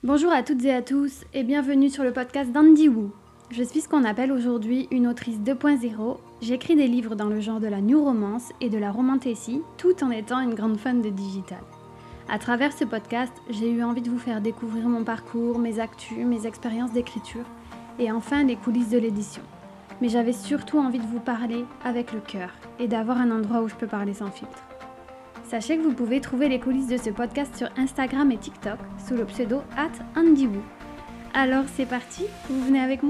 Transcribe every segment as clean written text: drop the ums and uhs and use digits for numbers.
Bonjour à toutes et à tous et bienvenue sur le podcast d'Andy Wu. Je suis ce qu'on appelle aujourd'hui une autrice 2.0. J'écris des livres dans le genre de la new romance et de la romantasy tout en étant une grande fan de digital. À travers ce podcast, j'ai eu envie de vous faire découvrir mon parcours, mes actus, mes expériences d'écriture et enfin les coulisses de l'édition. Mais j'avais surtout envie de vous parler avec le cœur et d'avoir un endroit où je peux parler sans filtre. Sachez que vous pouvez trouver les coulisses de ce podcast sur Instagram et TikTok sous le pseudo @AndyWoo. Alors c'est parti, vous venez avec moi ?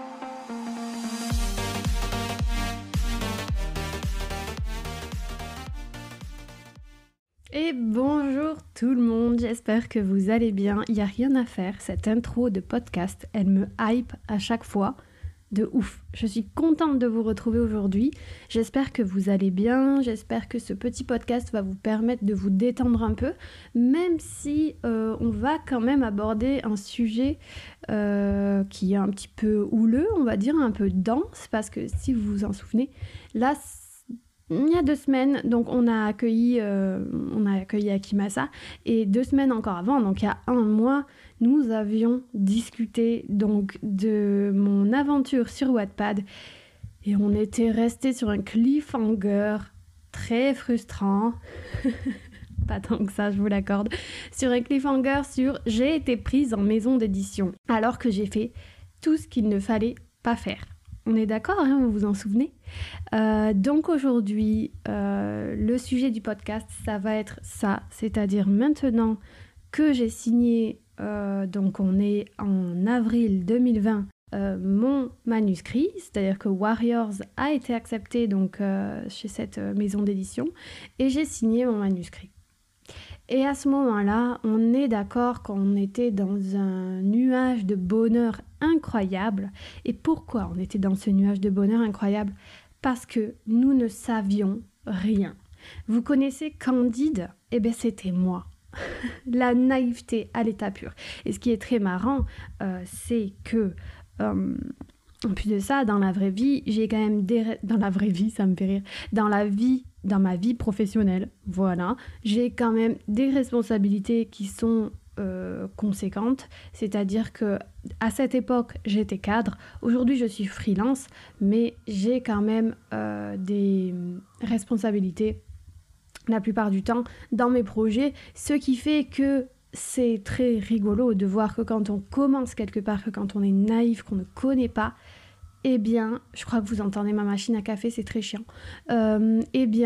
Et bonjour tout le monde, j'espère que vous allez bien. Il n'y a rien à faire, cette intro de podcast, elle me hype à chaque fois. De ouf, je suis contente de vous retrouver aujourd'hui, j'espère que vous allez bien, j'espère que ce petit podcast va vous permettre de vous détendre un peu, même si on va quand même aborder un sujet qui est un petit peu houleux, on va dire un peu dense, parce que si vous vous en souvenez, là il y a 2 semaines, donc on a accueilli Akimasa, et 2 semaines encore avant, donc il y a 1 mois, nous avions discuté donc de mon aventure sur Wattpad, et on était resté sur un cliffhanger très frustrant, pas tant que ça, je vous l'accorde, sur un cliffhanger sur « J'ai été prise en maison d'édition », alors que j'ai fait tout ce qu'il ne fallait pas faire. On est d'accord, hein, vous vous en souvenez ? Donc aujourd'hui, le sujet du podcast, ça va être ça, c'est-à-dire maintenant que j'ai signé, donc on est en avril 2020, mon manuscrit, c'est-à-dire que Warriors a été accepté donc, chez cette maison d'édition, et j'ai signé mon manuscrit. Et à ce moment-là, on est d'accord qu'on était dans un nuage de bonheur incroyable. Et pourquoi on était dans ce nuage de bonheur incroyable ? Parce que nous ne savions rien. Vous connaissez Candide ? Eh bien, c'était moi. La naïveté à l'état pur. Et ce qui est très marrant, c'est que... en plus de ça, dans la vraie vie, j'ai quand même dans la vraie vie, ça me fait rire. Dans ma vie professionnelle, voilà, j'ai quand même des responsabilités qui sont conséquentes. C'est-à-dire que à cette époque, j'étais cadre. Aujourd'hui, je suis freelance, mais j'ai quand même des responsabilités la plupart du temps dans mes projets, ce qui fait que c'est très rigolo de voir que quand on commence quelque part, que quand on est naïf, qu'on ne connaît pas, eh bien, je crois que vous entendez ma machine à café, c'est très chiant. Ça me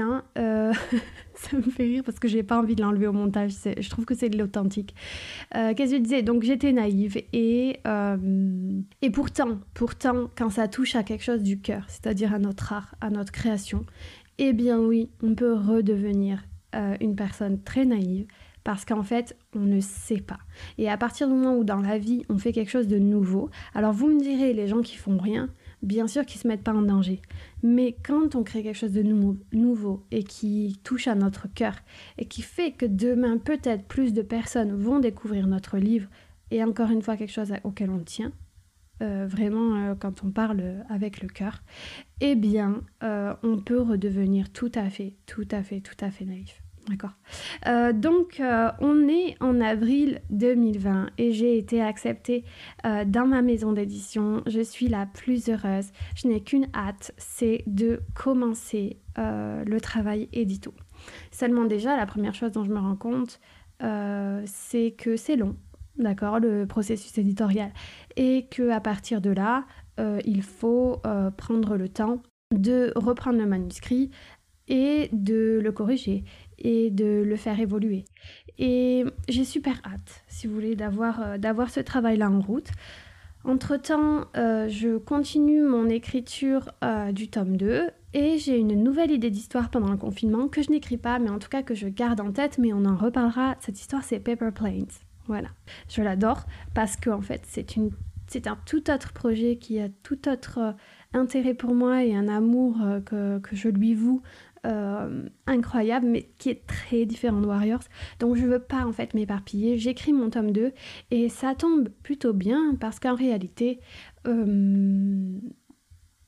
fait rire parce que j'ai pas envie de l'enlever au montage, je trouve que c'est de l'authentique. Qu'est-ce que je disais ? Donc j'étais naïve et pourtant, quand ça touche à quelque chose du cœur, c'est-à-dire à notre art, à notre création, eh bien oui, on peut redevenir une personne très naïve, parce qu'en fait, on ne sait pas. Et à partir du moment où dans la vie, on fait quelque chose de nouveau, alors vous me direz, les gens qui font rien, bien sûr qu'ils se mettent pas en danger. Mais quand on crée quelque chose de nouveau et qui touche à notre cœur, et qui fait que demain, peut-être plus de personnes vont découvrir notre livre, et encore une fois, quelque chose auquel on tient, vraiment quand on parle avec le cœur, eh bien, on peut redevenir tout à fait naïf. D'accord. Donc, on est en avril 2020 et j'ai été acceptée dans ma maison d'édition. Je suis la plus heureuse. Je n'ai qu'une hâte, c'est de commencer le travail édito. Seulement déjà, la première chose dont je me rends compte, c'est que c'est long, d'accord, le processus éditorial. Et qu'à partir de là, il faut prendre le temps de reprendre le manuscrit et de le corriger et de le faire évoluer. Et j'ai super hâte, si vous voulez, d'avoir ce travail-là en route. Entre-temps, je continue mon écriture du tome 2 et j'ai une nouvelle idée d'histoire pendant le confinement que je n'écris pas, mais en tout cas que je garde en tête, mais on en reparlera. Cette histoire, c'est Paper Planes. Voilà, je l'adore parce qu'en fait, c'est un tout autre projet qui a tout autre intérêt pour moi et un amour que je lui voue incroyable, mais qui est très différent de Warriors. Donc je veux pas en fait m'éparpiller. J'écris mon tome 2 et ça tombe plutôt bien parce qu'en réalité j'ai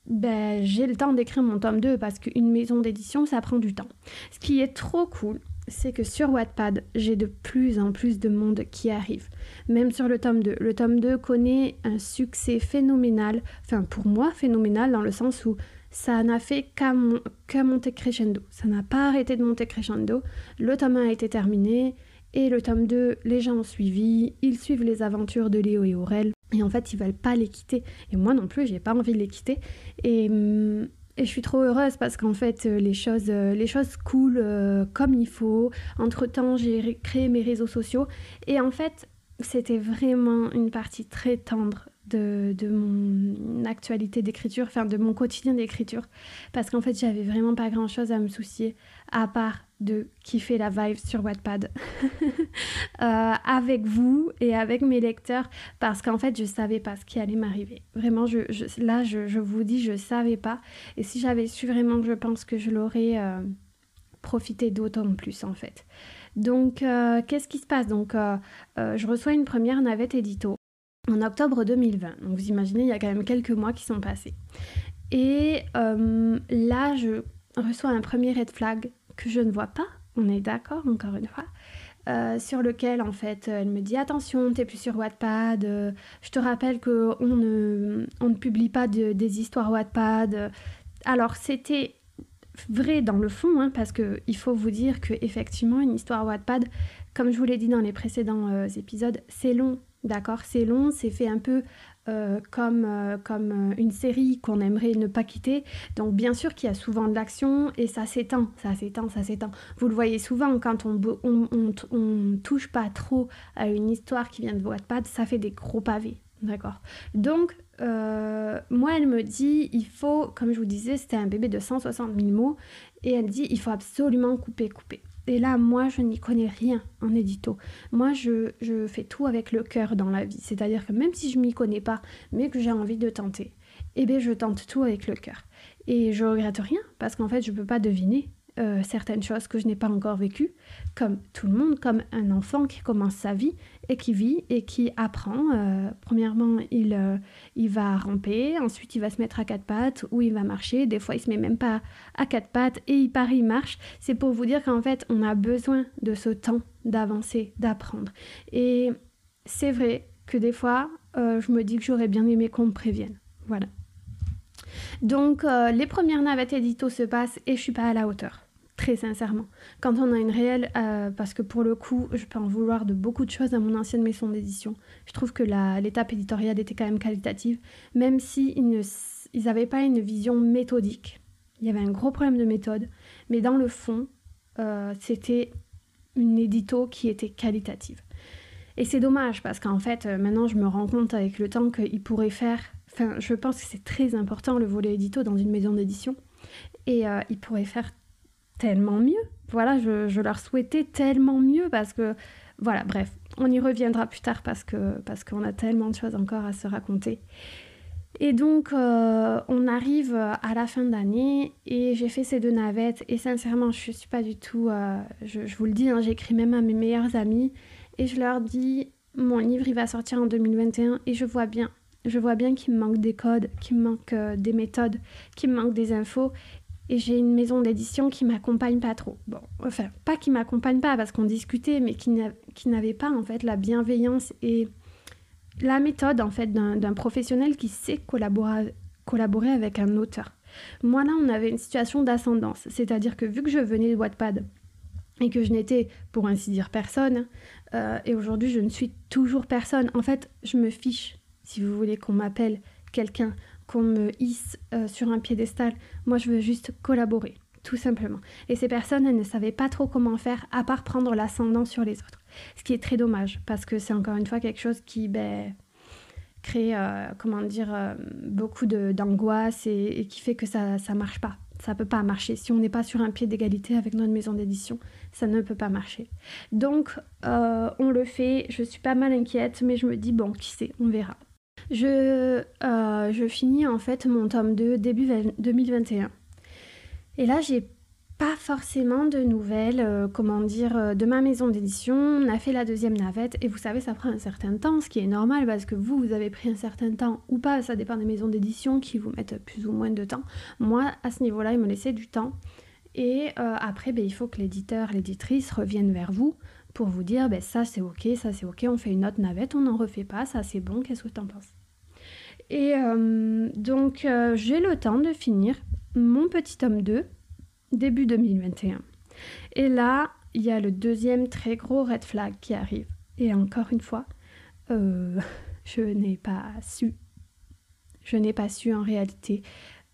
le temps d'écrire mon tome 2 parce qu'une maison d'édition ça prend du temps. Ce qui est trop cool, c'est que sur Wattpad, j'ai de plus en plus de monde qui arrive. Même sur le tome 2. Le tome 2 connaît un succès phénoménal, enfin pour moi phénoménal dans le sens où ça n'a fait qu'à monter crescendo. Ça n'a pas arrêté de monter crescendo. Le tome 1 a été terminé et le tome 2, les gens ont suivi. Ils suivent les aventures de Léo et Aurel. Et en fait, ils veulent pas les quitter. Et moi non plus, j'ai pas envie de les quitter. Et je suis trop heureuse parce qu'en fait, les choses coulent comme il faut. Entre-temps, j'ai créé mes réseaux sociaux. Et en fait, c'était vraiment une partie très tendre de mon actualité d'écriture, enfin de mon quotidien d'écriture, parce qu'en fait j'avais vraiment pas grand chose à me soucier à part de kiffer la vibe sur Wattpad avec vous et avec mes lecteurs, parce qu'en fait je savais pas ce qui allait m'arriver, vraiment je vous dis je savais pas, et si j'avais su vraiment, je pense que je l'aurais profité d'autant plus en fait. Donc qu'est-ce qui se passe? Donc je reçois une première navette édito en octobre 2020, donc vous imaginez, il y a quand même quelques mois qui sont passés. Et là, je reçois un premier red flag que je ne vois pas, on est d'accord, encore une fois, sur lequel, en fait, elle me dit « Attention, t'es plus sur Wattpad, je te rappelle qu'on ne publie pas des histoires Wattpad. » Alors, c'était vrai dans le fond, hein, parce qu'il faut vous dire qu'effectivement, une histoire Wattpad, comme je vous l'ai dit dans les précédents épisodes, c'est long. D'accord, c'est long, c'est fait un peu comme une série qu'on aimerait ne pas quitter. Donc bien sûr qu'il y a souvent de l'action et ça s'étend. Vous le voyez souvent quand on touche pas trop à une histoire qui vient de Wattpad, ça fait des gros pavés. D'accord. Donc moi elle me dit, il faut, comme je vous disais, c'était un bébé de 160 000 mots, et elle dit, il faut absolument couper. Et là, moi, je n'y connais rien en édito. Moi, je fais tout avec le cœur dans la vie. C'est-à-dire que même si je m'y connais pas, mais que j'ai envie de tenter, eh bien, je tente tout avec le cœur. Et je regrette rien, parce qu'en fait, je peux pas deviner certaines choses que je n'ai pas encore vécues, comme tout le monde, comme un enfant qui commence sa vie et qui vit et qui apprend. Premièrement, il va ramper, ensuite il va se mettre à quatre pattes ou il va marcher. Des fois, il se met même pas à quatre pattes et il marche. C'est pour vous dire qu'en fait, on a besoin de ce temps d'avancer, d'apprendre. Et c'est vrai que des fois, je me dis que j'aurais bien aimé qu'on me prévienne. Voilà. Donc, les premières navettes édito se passent et je suis pas à la hauteur. Très sincèrement. Quand on a une réelle... parce que pour le coup, je peux en vouloir de beaucoup de choses à mon ancienne maison d'édition. Je trouve que l'étape éditoriale était quand même qualitative, même si ils n'avaient pas une vision méthodique. Il y avait un gros problème de méthode, mais dans le fond, c'était une édito qui était qualitative. Et c'est dommage, parce qu'en fait, maintenant, je me rends compte avec le temps qu'ils pourraient faire... Enfin, je pense que c'est très important, le volet édito, dans une maison d'édition. Et ils pourraient faire tellement mieux. Voilà, je leur souhaitais tellement mieux, parce que... Voilà, bref, on y reviendra plus tard, parce qu'on a tellement de choses encore à se raconter. Et donc, on arrive à la fin d'année, et j'ai fait ces 2 navettes, et sincèrement, je suis pas du tout... je vous le dis, hein, j'écris même à mes meilleurs amis, et je leur dis, mon livre, il va sortir en 2021, et je vois bien qu'il me manque des codes, qu'il me manque des méthodes, qu'il me manque des infos. Et j'ai une maison d'édition qui m'accompagne pas trop. Bon, enfin, pas qui m'accompagne pas parce qu'on discutait, mais qui n'avait pas en fait la bienveillance et la méthode en fait d'un professionnel qui sait collaborer avec un auteur. Moi là, on avait une situation d'ascendance, c'est-à-dire que vu que je venais de Wattpad et que je n'étais, pour ainsi dire, personne, et aujourd'hui je ne suis toujours personne. En fait, je me fiche. Si vous voulez qu'on m'appelle quelqu'un, qu'on me hisse sur un piédestal, moi je veux juste collaborer, tout simplement. Et ces personnes, elles ne savaient pas trop comment faire, à part prendre l'ascendant sur les autres. Ce qui est très dommage, parce que c'est encore une fois quelque chose qui crée beaucoup d'angoisse et qui fait que ça marche pas. Ça peut pas marcher. Si on n'est pas sur un pied d'égalité avec notre maison d'édition, ça ne peut pas marcher. Donc, on le fait. Je suis pas mal inquiète, mais je me dis, bon, qui sait, on verra. Je finis en fait mon tome 2 début 2021. Et là, j'ai pas forcément de nouvelles, de ma maison d'édition. On a fait la 2e navette et vous savez, ça prend un certain temps, ce qui est normal parce que vous avez pris un certain temps ou pas, ça dépend des maisons d'édition qui vous mettent plus ou moins de temps. Moi, à ce niveau-là, ils me laissaient du temps Et après, il faut que l'éditeur, l'éditrice reviennent vers vous pour vous dire ça c'est ok, on fait une autre navette, on n'en refait pas, ça c'est bon, qu'est-ce que t'en penses? Et donc j'ai le temps de finir mon petit tome 2, début 2021. Et là, il y a le deuxième très gros red flag qui arrive. Et encore une fois, je n'ai pas su. Je n'ai pas su en réalité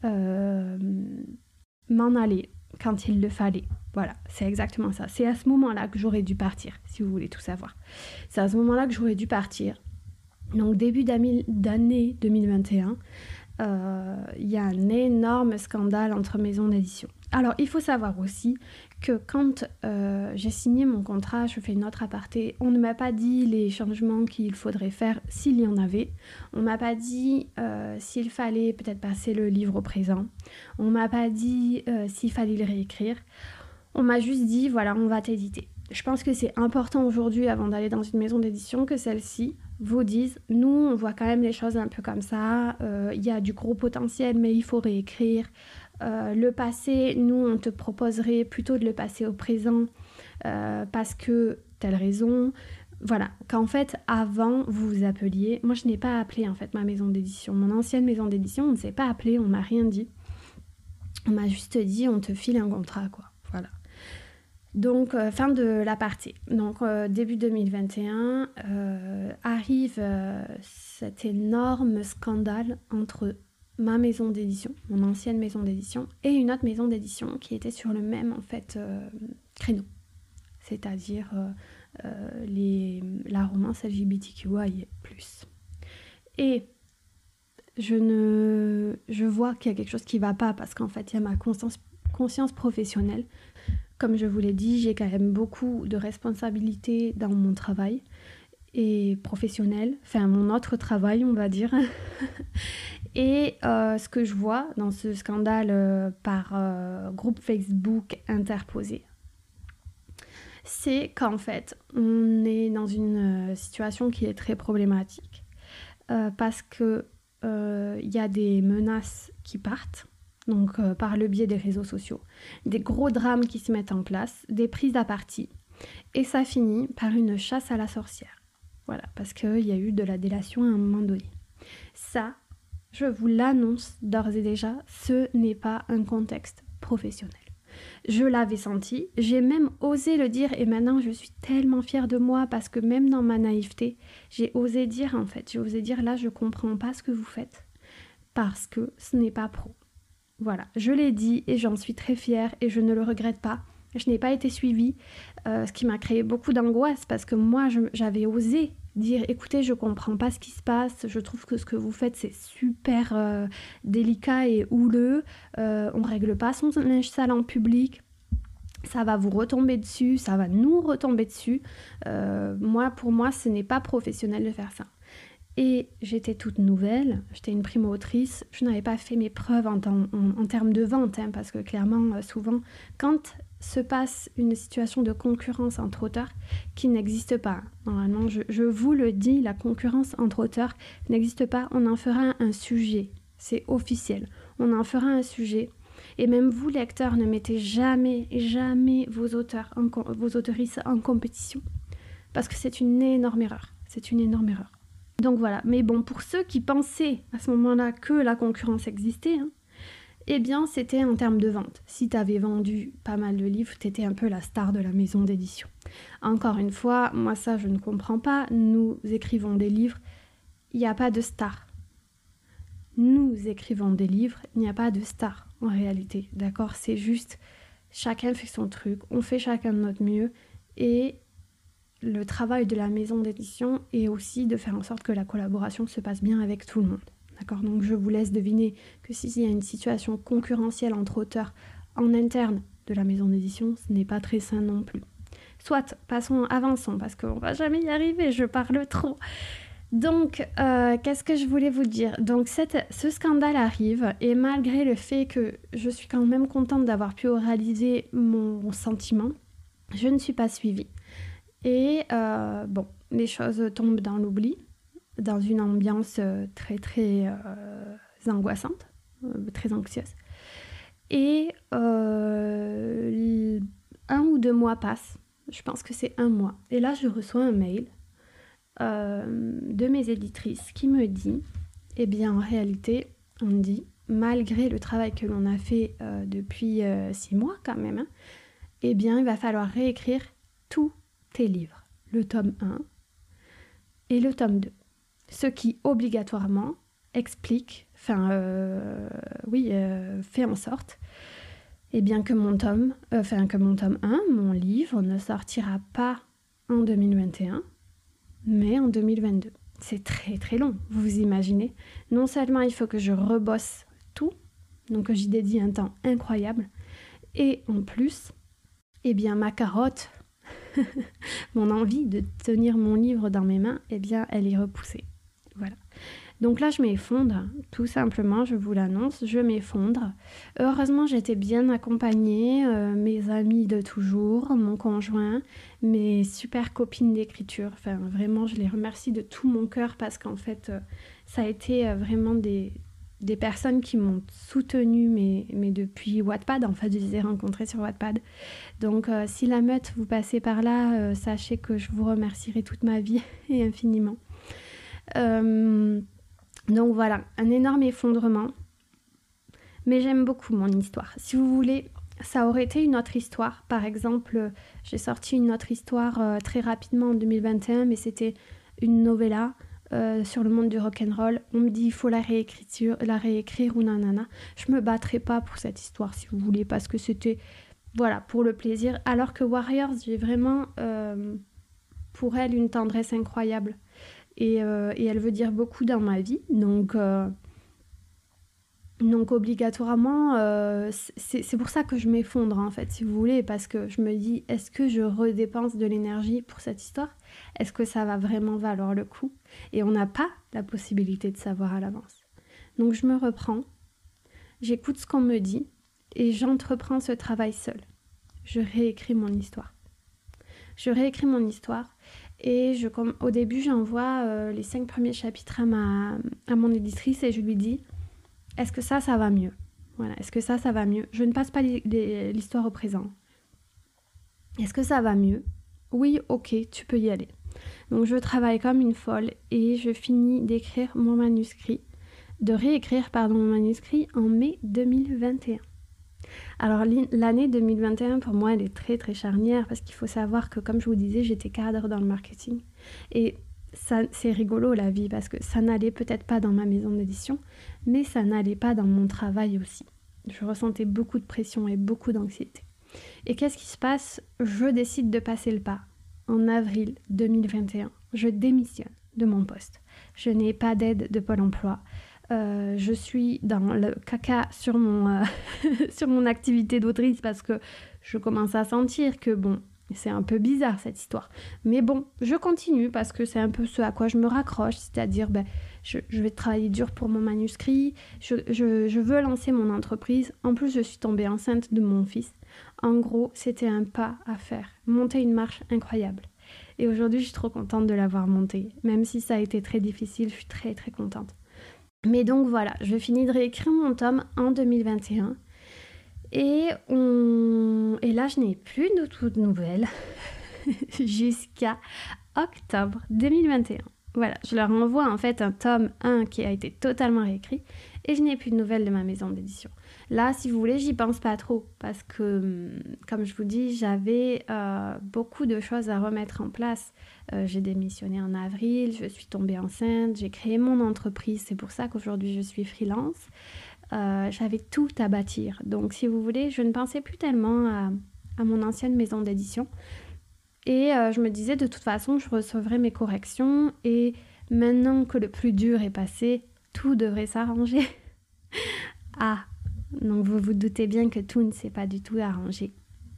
m'en aller quand il le fallait. Voilà, c'est exactement ça. C'est à ce moment-là que j'aurais dû partir, si vous voulez tout savoir. C'est à ce moment-là que j'aurais dû partir. Donc début d'année 2021, il y a un énorme scandale entre maisons d'édition. Alors il faut savoir aussi que quand j'ai signé mon contrat, je fais une autre aparté, on ne m'a pas dit les changements qu'il faudrait faire s'il y en avait. On ne m'a pas dit s'il fallait peut-être passer le livre au présent. On ne m'a pas dit s'il fallait le réécrire. On m'a juste dit voilà, on va t'éditer. Je pense que c'est important aujourd'hui, avant d'aller dans une maison d'édition, que celle-ci vous dise nous, on voit quand même les choses un peu comme ça, il y a du gros potentiel, mais il faut réécrire. Le passé, nous, on te proposerait plutôt de le passer au présent parce que telle raison. Voilà, qu'en fait, avant, vous vous appeliez. Moi, je n'ai pas appelé en fait ma maison d'édition. Mon ancienne maison d'édition, on ne s'est pas appelé, on m'a rien dit. On m'a juste dit, on te file un contrat, quoi. Voilà. Donc, fin de la partie. Donc, début 2021, arrive cet énorme scandale entre ma maison d'édition, mon ancienne maison d'édition, et une autre maison d'édition qui était sur le même, en fait, créneau. C'est-à-dire la romance LGBTQI+. Et je vois qu'il y a quelque chose qui ne va pas, parce qu'en fait, il y a ma conscience professionnelle. Comme je vous l'ai dit, j'ai quand même beaucoup de responsabilités dans mon travail et professionnel, enfin mon autre travail, on va dire. Et ce que je vois dans ce scandale par groupe Facebook interposé, c'est qu'en fait, on est dans une situation qui est très problématique parce que y a des menaces qui partent. Donc par le biais des réseaux sociaux, des gros drames qui se mettent en place, des prises à partie, et ça finit par une chasse à la sorcière. Voilà, parce qu'il y a eu de la délation à un moment donné. Ça, je vous l'annonce d'ores et déjà, ce n'est pas un contexte professionnel. Je l'avais senti, j'ai même osé le dire, et maintenant je suis tellement fière de moi, parce que même dans ma naïveté, j'ai osé dire là, je comprends pas ce que vous faites, parce que ce n'est pas pro. Voilà, je l'ai dit et j'en suis très fière et je ne le regrette pas. Je n'ai pas été suivie, ce qui m'a créé beaucoup d'angoisse parce que moi, j'avais osé dire « Écoutez, je comprends pas ce qui se passe, je trouve que ce que vous faites, c'est super délicat et houleux, on règle pas son linge sale en public. » Ça va vous retomber dessus, ça va nous retomber dessus. Pour moi, ce n'est pas professionnel de faire ça. Et j'étais toute nouvelle, j'étais une primo-autrice, je n'avais pas fait mes preuves en termes de vente, parce que clairement, souvent, quand se passe une situation de concurrence entre auteurs qui n'existe pas, normalement, je vous le dis, la concurrence entre auteurs n'existe pas, on en fera un sujet, c'est officiel, on en fera un sujet. Et même vous, lecteurs, ne mettez jamais vos autrices en compétition, parce que c'est une énorme erreur, Donc voilà, mais bon, pour ceux qui pensaient à ce moment-là que la concurrence existait, eh bien c'était en termes de vente. Si tu avais vendu pas mal de livres, tu étais un peu la star de la maison d'édition. Encore une fois, moi ça je ne comprends pas, nous écrivons des livres, il n'y a pas de star. Nous écrivons des livres, il n'y a pas de star en réalité, d'accord? C'est juste, chacun fait son truc, on fait chacun de notre mieux, et le travail de la maison d'édition est aussi de faire en sorte que la collaboration se passe bien avec tout le monde. D'accord ? Donc je vous laisse deviner que s'il y a une situation concurrentielle entre auteurs en interne de la maison d'édition, ce n'est pas très sain non plus. Soit, avançons, parce qu'on ne va jamais y arriver, je parle trop. Donc, qu'est-ce que je voulais vous dire ? Donc, ce scandale arrive, et malgré le fait que je suis quand même contente d'avoir pu oraliser mon sentiment, je ne suis pas suivie. Et les choses tombent dans l'oubli, dans une ambiance très très angoissante, très anxieuse. Et 1 ou 2 mois passent, je pense que c'est 1 mois. Et là, je reçois un mail de mes éditrices qui me dit, eh bien en réalité, on me dit, malgré le travail que l'on a fait depuis 6 mois quand même, eh bien il va falloir réécrire tous tes livres, le tome 1 et le tome 2. Ce qui obligatoirement explique, fait en sorte que mon tome 1, mon livre, ne sortira pas en 2021, mais en 2022. C'est très très long, vous vous imaginez. Non seulement il faut que je rebosse tout, donc j'y dédie un temps incroyable, et en plus, ma carotte, mon envie de tenir mon livre dans mes mains, elle est repoussée. Voilà. Donc là, je m'effondre, tout simplement, je vous l'annonce, je m'effondre. Heureusement, j'étais bien accompagnée, mes amis de toujours, mon conjoint, mes super copines d'écriture. Enfin, vraiment, je les remercie de tout mon cœur parce qu'en fait, ça a été vraiment des personnes qui m'ont soutenue, mais depuis Wattpad, en fait, je les ai rencontrées sur Wattpad. Donc, si la meute, vous passez par là, sachez que je vous remercierai toute ma vie et infiniment. Donc voilà, un énorme effondrement. Mais j'aime beaucoup mon histoire. Si vous voulez, ça aurait été une autre histoire. Par exemple, j'ai sorti une autre histoire très rapidement en 2021, mais c'était une novella sur le monde du rock'n'roll. On me dit il faut la réécrire ou nanana. Je me battrai pas pour cette histoire si vous voulez, parce que c'était pour le plaisir. Alors que Warriors, j'ai vraiment pour elle une tendresse incroyable. Et elle veut dire beaucoup dans ma vie. Donc obligatoirement, c'est pour ça que je m'effondre en fait, si vous voulez, parce que je me dis, est-ce que je redépense de l'énergie pour cette histoire ? Est-ce que ça va vraiment valoir le coup ? Et on n'a pas la possibilité de savoir à l'avance. Donc je me reprends, j'écoute ce qu'on me dit et j'entreprends ce travail seule. Je réécris mon histoire. Et au début, j'envoie les 5 premiers chapitres à mon éditrice et je lui dis, est-ce que ça va mieux ? Voilà, est-ce que ça va mieux ? Je ne passe pas l'histoire au présent. Est-ce que ça va mieux ? Oui, ok, tu peux y aller. Donc je travaille comme une folle et je finis de réécrire mon manuscrit en mai 2021. Alors l'année 2021 pour moi elle est très très charnière parce qu'il faut savoir que comme je vous disais j'étais cadre dans le marketing et ça, c'est rigolo la vie parce que ça n'allait peut-être pas dans ma maison d'édition mais ça n'allait pas dans mon travail aussi. Je ressentais beaucoup de pression et beaucoup d'anxiété. Et qu'est-ce qui se passe ? Je décide de passer le pas. En avril 2021, je démissionne de mon poste. Je n'ai pas d'aide de Pôle emploi. Je suis dans le caca sur mon activité d'autrice parce que je commence à sentir que c'est un peu bizarre cette histoire. Mais bon, je continue parce que c'est un peu ce à quoi je me raccroche, c'est-à-dire je vais travailler dur pour mon manuscrit, je veux lancer mon entreprise. En plus, je suis tombée enceinte de mon fils. En gros, c'était un pas à faire, monter une marche incroyable. Et aujourd'hui, je suis trop contente de l'avoir montée. Même si ça a été très difficile, je suis très très contente. Mais donc voilà, je finis de réécrire mon tome en 2021 et là je n'ai plus de toutes nouvelles jusqu'à octobre 2021. Voilà, je leur envoie en fait un tome 1 qui a été totalement réécrit et je n'ai plus de nouvelles de ma maison d'édition. Là, si vous voulez, j'y pense pas trop parce que, comme je vous dis, j'avais beaucoup de choses à remettre en place. J'ai démissionné en avril, je suis tombée enceinte, j'ai créé mon entreprise, c'est pour ça qu'aujourd'hui je suis freelance. J'avais tout à bâtir. Donc, si vous voulez, je ne pensais plus tellement à mon ancienne maison d'édition. Et je me disais, de toute façon, je recevrai mes corrections et maintenant que le plus dur est passé, tout devrait s'arranger. Donc vous vous doutez bien que tout ne s'est pas du tout arrangé.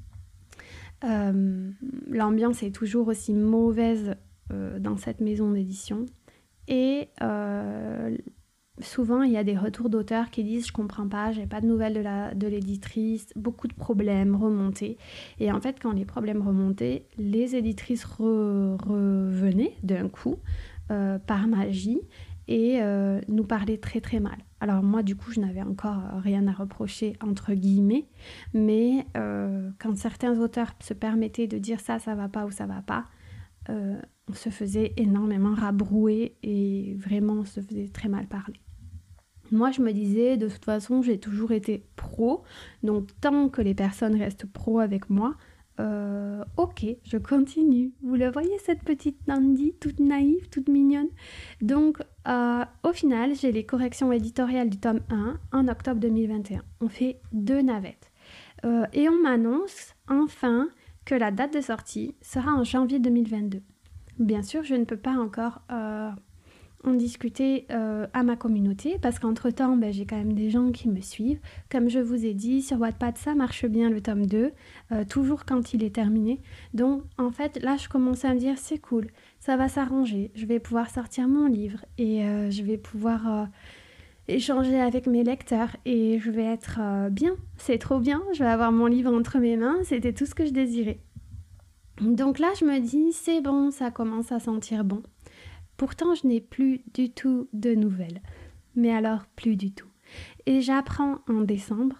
L'ambiance est toujours aussi mauvaise dans cette maison d'édition. Et souvent, il y a des retours d'auteurs qui disent « je comprends pas, j'ai pas de nouvelles de l'éditrice, beaucoup de problèmes remontés ». Et en fait, quand les problèmes remontaient, les éditrices revenaient d'un coup par magie et nous parlaient très très mal. Alors moi du coup je n'avais encore rien à reprocher entre guillemets, mais quand certains auteurs se permettaient de dire ça va pas ou ça va pas, on se faisait énormément rabrouer et vraiment on se faisait très mal parler. Moi, je me disais, de toute façon, j'ai toujours été pro, donc tant que les personnes restent pro avec moi, ok, je continue. Vous la voyez, cette petite Nandi, toute naïve, toute mignonne. Donc, au final, j'ai les corrections éditoriales du tome 1 en octobre 2021. On fait 2 navettes. Et on m'annonce, enfin, que la date de sortie sera en janvier 2022. Bien sûr, je ne peux pas encore en discuter à ma communauté parce qu'entre-temps, j'ai quand même des gens qui me suivent. Comme je vous ai dit, sur Wattpad, ça marche bien le tome 2, toujours quand il est terminé. Donc, en fait, là, je commence à me dire, c'est cool, ça va s'arranger. Je vais pouvoir sortir mon livre et je vais pouvoir échanger avec mes lecteurs et je vais être bien. C'est trop bien, je vais avoir mon livre entre mes mains, c'était tout ce que je désirais. Donc là, je me dis, c'est bon, ça commence à sentir bon. Pourtant, je n'ai plus du tout de nouvelles. Mais alors, plus du tout. Et j'apprends en décembre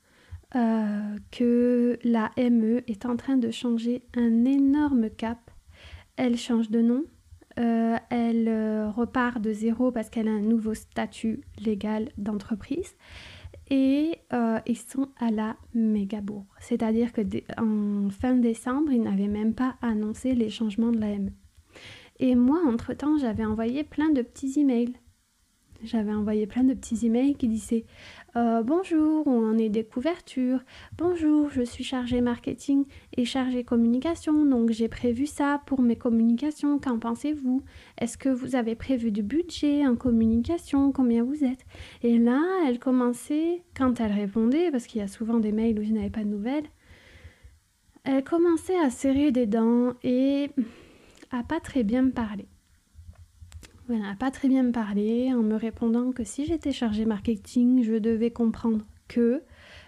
que la ME est en train de changer un énorme cap. Elle change de nom. Elle repart de zéro parce qu'elle a un nouveau statut légal d'entreprise. Et ils sont à la méga bourre. C'est-à-dire qu'en fin décembre, ils n'avaient même pas annoncé les changements de la ME. Et moi, entre-temps, j'avais envoyé plein de petits emails. Qui disaient bonjour, on en est des couvertures. Bonjour, je suis chargée marketing et chargée communication, donc j'ai prévu ça pour mes communications. Qu'en pensez-vous? Est-ce que vous avez prévu du budget en communication? Combien vous êtes? Et là, elle commençait, quand elle répondait, parce qu'il y a souvent des mails où je n'avais pas de nouvelles, elle commençait à serrer des dents et à pas très bien me parler. Voilà, pas très bien me parler en me répondant que si j'étais chargée marketing, je devais comprendre qu'ils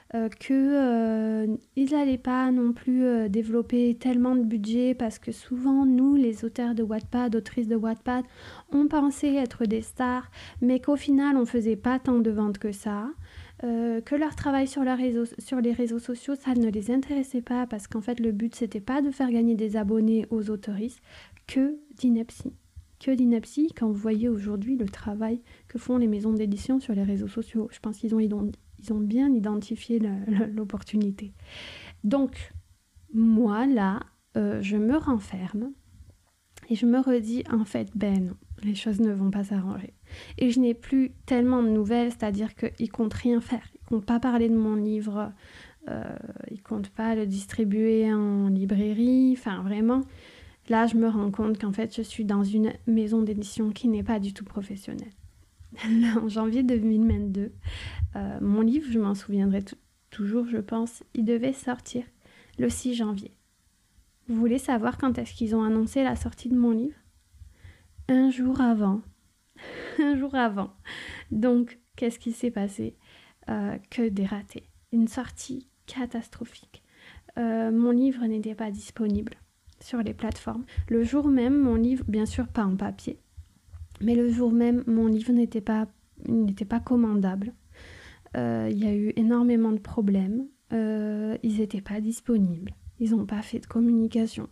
n'allaient pas non plus développer tellement de budget parce que souvent, nous, les auteurs de Wattpad, autrices de Wattpad, on pensait être des stars, mais qu'au final, on faisait pas tant de ventes que ça. Que leur travail sur les réseaux sociaux, ça ne les intéressait pas parce qu'en fait, le but, c'était pas de faire gagner des abonnés aux autoristes, que d'ineptie. Quand vous voyez aujourd'hui le travail que font les maisons d'édition sur les réseaux sociaux. Je pense qu'ils ont bien identifié l'opportunité. Donc, moi, là, je me renferme et je me redis, en fait, non, les choses ne vont pas s'arranger. Et je n'ai plus tellement de nouvelles, c'est-à-dire qu'ils ne comptent rien faire. Ils ne comptent pas parler de mon livre, ils ne comptent pas le distribuer en librairie, enfin, vraiment... Là, je me rends compte qu'en fait, je suis dans une maison d'édition qui n'est pas du tout professionnelle. Là, en janvier 2022, mon livre, je m'en souviendrai toujours, je pense, il devait sortir le 6 janvier. Vous voulez savoir quand est-ce qu'ils ont annoncé la sortie de mon livre? Un jour avant. Un jour avant. Donc, qu'est-ce qui s'est passé? Que des ratés. Une sortie catastrophique. Mon livre n'était pas disponible sur les plateformes. Le jour même, mon livre, bien sûr pas en papier, mais le jour même, mon livre n'était pas commandable. Il y a eu énormément de problèmes. Ils n'étaient pas disponibles. Ils n'ont pas fait de communication.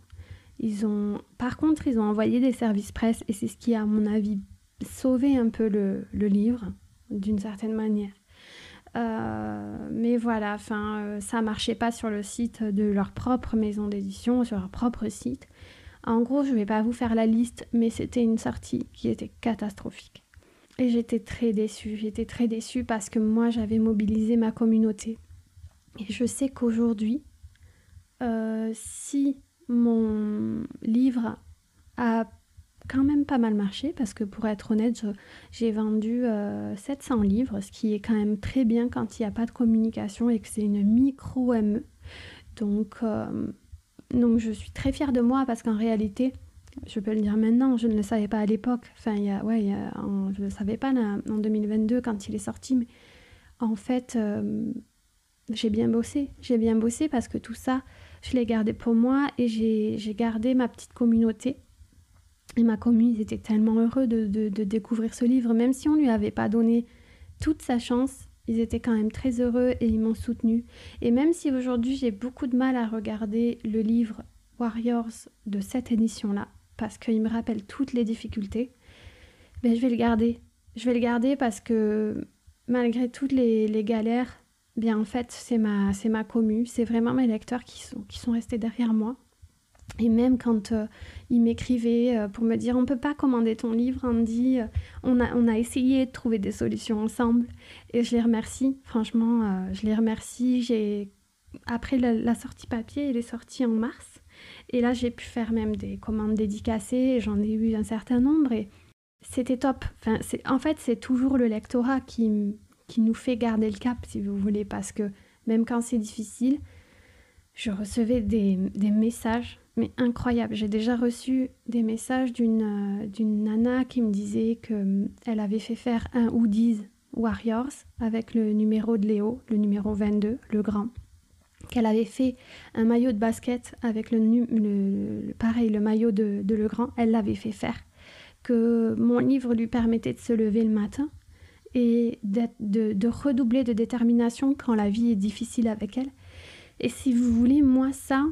Par contre, ils ont envoyé des services presse et c'est ce qui a, à mon avis, sauvé un peu le livre, d'une certaine manière. Mais voilà, ça marchait pas sur le site de leur propre maison d'édition, sur leur propre site. En gros, je vais pas vous faire la liste, mais c'était une sortie qui était catastrophique. Et j'étais très déçue parce que moi, j'avais mobilisé ma communauté. Et je sais qu'aujourd'hui, si mon livre a quand même pas mal marché, parce que pour être honnête, j'ai vendu 700 livres, ce qui est quand même très bien quand il n'y a pas de communication et que c'est une micro-ME. Donc je suis très fière de moi parce qu'en réalité, je peux le dire maintenant, je ne le savais pas à l'époque. Je ne le savais pas là, en 2022 quand il est sorti, mais en fait, j'ai bien bossé parce que tout ça, je l'ai gardé pour moi et j'ai gardé ma petite communauté. Et ma commu, ils étaient tellement heureux de découvrir ce livre. Même si on ne lui avait pas donné toute sa chance, ils étaient quand même très heureux et ils m'ont soutenue. Et même si aujourd'hui j'ai beaucoup de mal à regarder le livre Warriors de cette édition-là, parce qu'il me rappelle toutes les difficultés, ben je vais le garder. Je vais le garder parce que malgré toutes les galères, bien en fait c'est ma commu, c'est vraiment mes lecteurs qui sont restés derrière moi. Et même quand ils m'écrivaient pour me dire on peut pas commander ton livre, Andy, on a essayé de trouver des solutions ensemble. Et je les remercie, franchement, je les remercie. Après la sortie papier, elle est sortie en mars. Et là, j'ai pu faire même des commandes dédicacées, et j'en ai eu un certain nombre. Et c'était top. Enfin, en fait, c'est toujours le lectorat qui nous fait garder le cap, si vous voulez, parce que même quand c'est difficile, je recevais des messages, mais incroyables. J'ai déjà reçu des messages d'une nana qui me disait qu'elle avait fait faire un hoodies Warriors avec le numéro de Léo, le numéro 22, le grand. Qu'elle avait fait un maillot de basket avec le maillot de Le Grand, elle l'avait fait faire. Que mon livre lui permettait de se lever le matin et de redoubler de détermination quand la vie est difficile avec elle. Et si vous voulez, moi ça,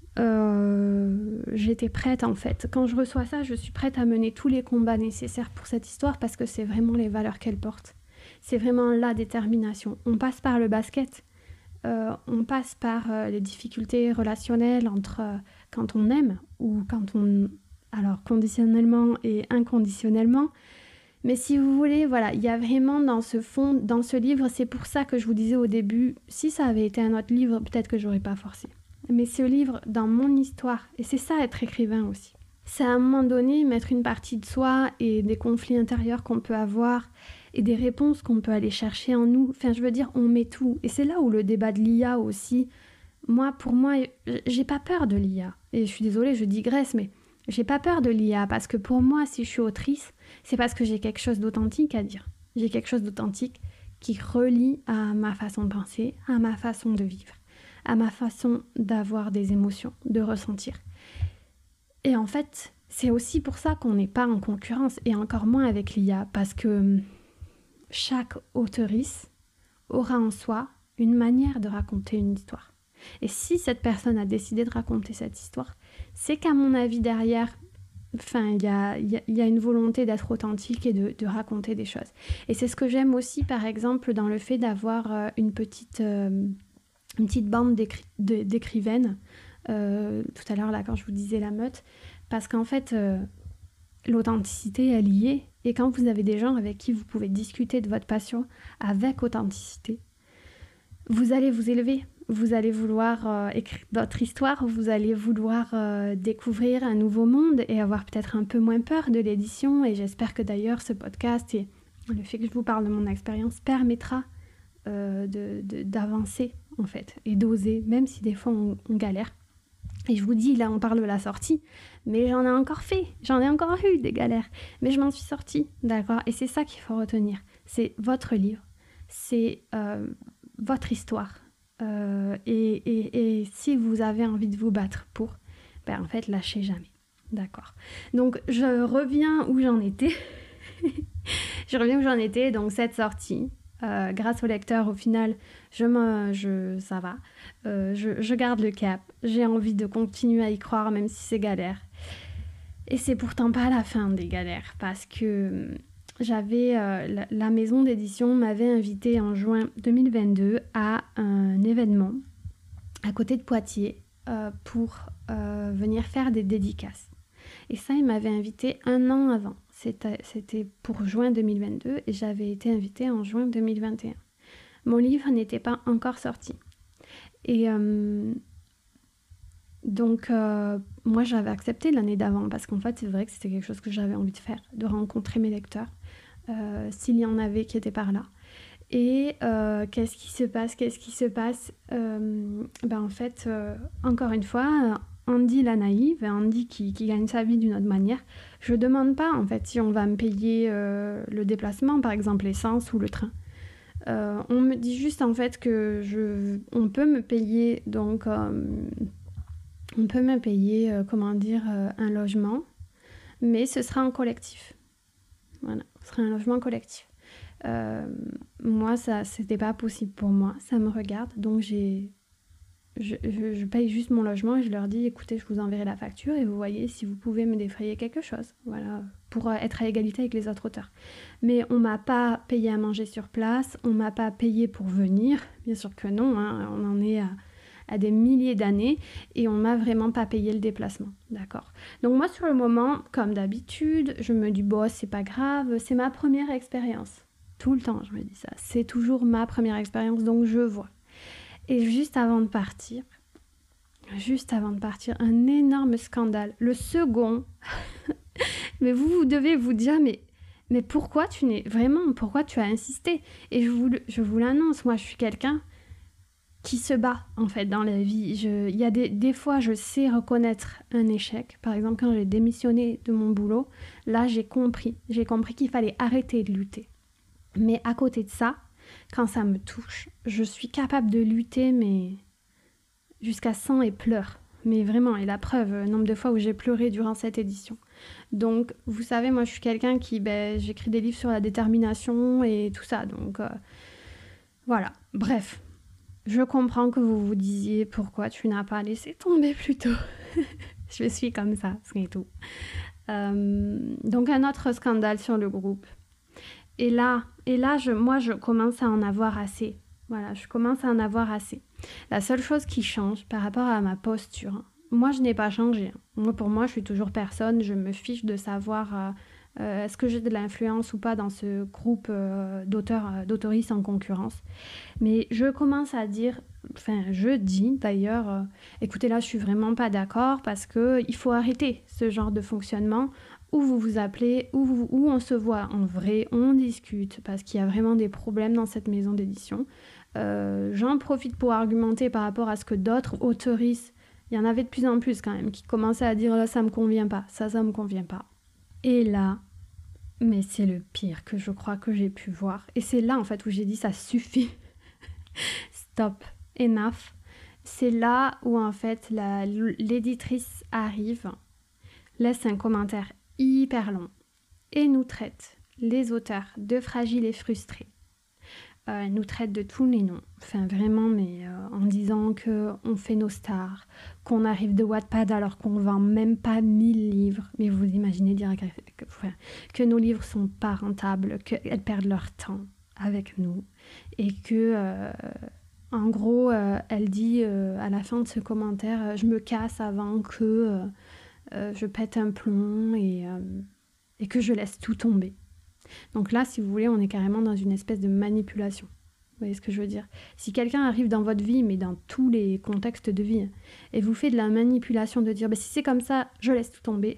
j'étais prête en fait. Quand je reçois ça, je suis prête à mener tous les combats nécessaires pour cette histoire parce que c'est vraiment les valeurs qu'elle porte. C'est vraiment la détermination. On passe par le basket, on passe par les difficultés relationnelles entre quand on aime ou quand on... Alors conditionnellement et inconditionnellement. Mais si vous voulez, voilà, il y a vraiment dans ce fond, dans ce livre, c'est pour ça que je vous disais au début, si ça avait été un autre livre, peut-être que j'aurais pas forcé. Mais ce livre, dans mon histoire, et c'est ça être écrivain aussi, c'est à un moment donné mettre une partie de soi et des conflits intérieurs qu'on peut avoir et des réponses qu'on peut aller chercher en nous. Enfin, je veux dire, on met tout. Et c'est là où le débat de l'IA aussi, pour moi, j'ai pas peur de l'IA. Et je suis désolée, je digresse, mais j'ai pas peur de l'IA parce que pour moi, si je suis autrice, c'est parce que j'ai quelque chose d'authentique à dire. J'ai quelque chose d'authentique qui relie à ma façon de penser, à ma façon de vivre, à ma façon d'avoir des émotions, de ressentir. Et en fait, c'est aussi pour ça qu'on n'est pas en concurrence, et encore moins avec l'IA, parce que chaque auteurice aura en soi une manière de raconter une histoire. Et si cette personne a décidé de raconter cette histoire, c'est qu'à mon avis derrière, il y a une volonté d'être authentique et de raconter des choses. Et c'est ce que j'aime aussi, par exemple, dans le fait d'avoir une petite bande d'écrivaines. Tout à l'heure, là, quand je vous disais la meute, parce qu'en fait, l'authenticité, elle y est. Et quand vous avez des gens avec qui vous pouvez discuter de votre passion avec authenticité, vous allez vous élever. Vous allez vouloir écrire votre histoire, vous allez vouloir découvrir un nouveau monde et avoir peut-être un peu moins peur de l'édition. Et j'espère que d'ailleurs ce podcast et le fait que je vous parle de mon expérience permettra d'avancer en fait et d'oser, même si des fois on galère. Et je vous dis, là on parle de la sortie, mais j'en ai encore eu des galères, mais je m'en suis sortie, d'accord? Et c'est ça qu'il faut retenir, c'est votre livre, c'est votre histoire. Et si vous avez envie de vous battre pour, en fait, lâchez jamais. D'accord. Donc, je reviens où j'en étais. Donc cette sortie. Grâce au lecteur, au final, ça va. Je garde le cap. J'ai envie de continuer à y croire, même si c'est galère. Et c'est pourtant pas la fin des galères, parce que... la maison d'édition m'avait invitée en juin 2022 à un événement à côté de Poitiers pour venir faire des dédicaces. Et ça, il m'avait invitée 1 an avant. C'était pour juin 2022 et j'avais été invitée en juin 2021. Mon livre n'était pas encore sorti. Et donc, moi, j'avais accepté l'année d'avant parce qu'en fait, c'est vrai que c'était quelque chose que j'avais envie de faire, de rencontrer mes lecteurs. S'il y en avait qui étaient par là. Et qu'est-ce qui se passe en fait, encore une fois, Andy la naïve, Andy qui gagne sa vie d'une autre manière, je demande pas en fait si on va me payer le déplacement, par exemple l'essence ou le train. On me dit juste en fait que on peut me payer un logement. mais ce sera en collectif. Voilà, ce sera un logement collectif. Moi, ça, c'était pas possible pour moi, ça me regarde, donc je paye juste mon logement et je leur dis, écoutez, je vous enverrai la facture et vous voyez si vous pouvez me défrayer quelque chose, voilà, pour être à égalité avec les autres auteurs. Mais on m'a pas payé à manger sur place, on m'a pas payé pour venir, bien sûr que non, hein, on en est à des milliers d'années et on m'a vraiment pas payé le déplacement, d'accord. Donc moi, sur le moment, comme d'habitude, je me dis, bon, c'est pas grave, c'est ma première expérience. Tout le temps, je me dis ça. C'est toujours ma première expérience, donc je vois. Et juste avant de partir, un énorme scandale. Le second, mais vous devez vous dire, mais pourquoi pourquoi tu as insisté? Et je vous l'annonce, moi je suis quelqu'un qui se bat en fait dans la vie. Il y a des fois, je sais reconnaître un échec. Par exemple, quand j'ai démissionné de mon boulot, là j'ai compris qu'il fallait arrêter de lutter. Mais à côté de ça, quand ça me touche, je suis capable de lutter, mais jusqu'à sang et pleurs. Mais vraiment, et la preuve, le nombre de fois où j'ai pleuré durant cette édition. Donc, vous savez, moi, je suis quelqu'un qui, j'écris des livres sur la détermination et tout ça. Donc, voilà. Bref, je comprends que vous vous disiez pourquoi tu n'as pas laissé tomber plus tôt. Je suis comme ça, c'est tout. Donc, un autre scandale sur le groupe. Et là, moi, je commence à en avoir assez. Voilà, je commence à en avoir assez. La seule chose qui change par rapport à ma posture, moi, je n'ai pas changé. Pour moi, je suis toujours personne. Je me fiche de savoir est-ce que j'ai de l'influence ou pas dans ce groupe d'autoristes en concurrence. Mais je commence à dire, je dis d'ailleurs, écoutez, là, je suis vraiment pas d'accord parce qu'il faut arrêter ce genre de fonctionnement où vous vous appelez, où on se voit en vrai, on discute, parce qu'il y a vraiment des problèmes dans cette maison d'édition. J'en profite pour argumenter par rapport à ce que d'autres autoristes, il y en avait de plus en plus quand même, qui commençaient à dire là, ça me convient pas, ça me convient pas. Et là, mais c'est le pire que je crois que j'ai pu voir. Et c'est là en fait où j'ai dit ça suffit. Stop, enough. C'est là où en fait l'éditrice arrive, laisse un commentaire hyper long et nous traite, les auteurs, de fragiles et frustrés. Nous traite de tous les noms, vraiment, mais en disant qu'on fait nos stars, qu'on arrive de Wattpad alors qu'on vend même pas 1000 livres, mais vous imaginez dire que nos livres sont pas rentables, qu'elles perdent leur temps avec nous, et que en gros elle dit à la fin de ce commentaire, je me casse avant que je pète un plomb et que je laisse tout tomber. Donc là, si vous voulez, on est carrément dans une espèce de manipulation. Vous voyez ce que je veux dire? Si quelqu'un arrive dans votre vie, mais dans tous les contextes de vie, et vous fait de la manipulation de dire si c'est comme ça, je laisse tout tomber,